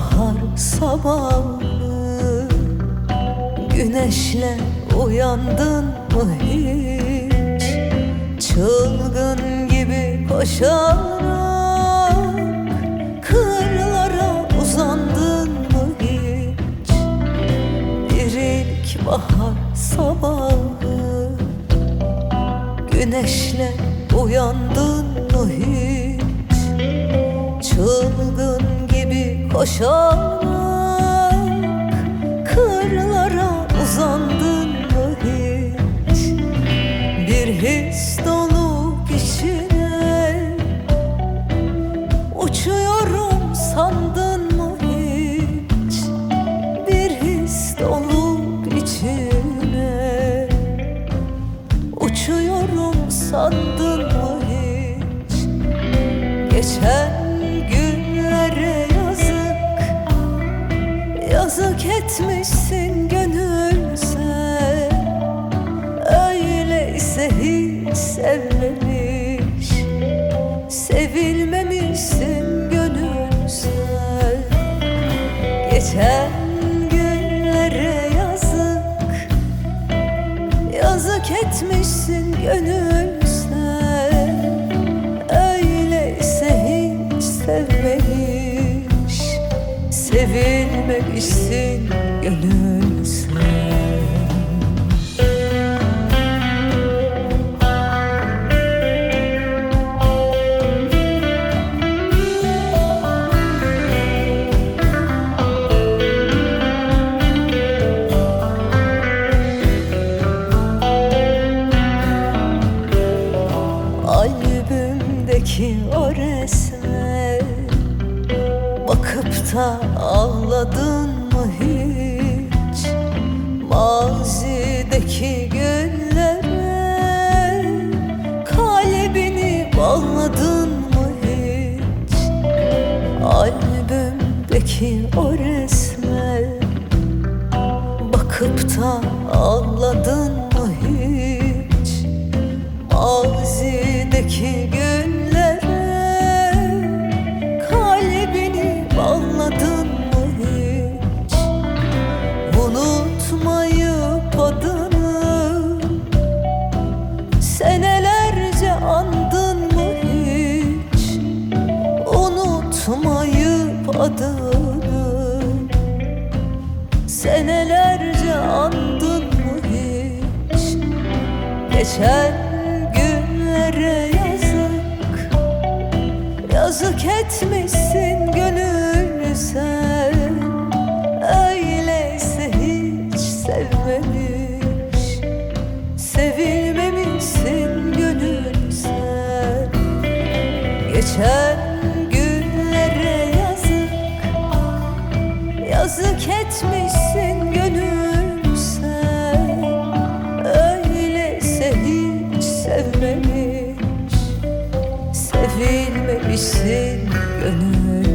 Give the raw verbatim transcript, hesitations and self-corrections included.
bahar sabahı, güneşle uyandın mı hiç? Çılgın gibi koşarak kırlara uzandın mı hiç? Bir ilk bahar sabahı, güneşle uyandın mı hiç? Çılgın gibi koşarak kırlara uzandın mı hiç? Bir his dolu içine uçuyorum sandın mı hiç? Bir his dolu içine uçuyorum sandın mı hiç? Geçen günlere yazık, yazık etmişsin gönül sen. Öyleyse hiç sevmemiş, sevilmemişsin gönül sen. Geçen günlere yazık, yazık etmişsin gönül sen. Öyleyse hiç sevmemiş, sevilmemişsin gönül sen. Albümdeki o resme bakıp da ağladın mı hiç? Mazideki günlere kalbini bağladın mı hiç? Albümdeki o resme bakıp da ağladın mı hiç? Mazideki günlere kalbini bağladın mı hiç? Unutmayıp adını senelerce andın mı hiç? Unutmayıp adını senelerce andın mı hiç? Geçen günlere yazık, yazık etmişsin gönül sen. Öyleyse hiç sevmemiş, sevilmemişsin gönül sen. Geçen günlere yazık, yazık etmişsin gönül sen. Öyleyse hiç sevmemiş, sevilmemişsin gönül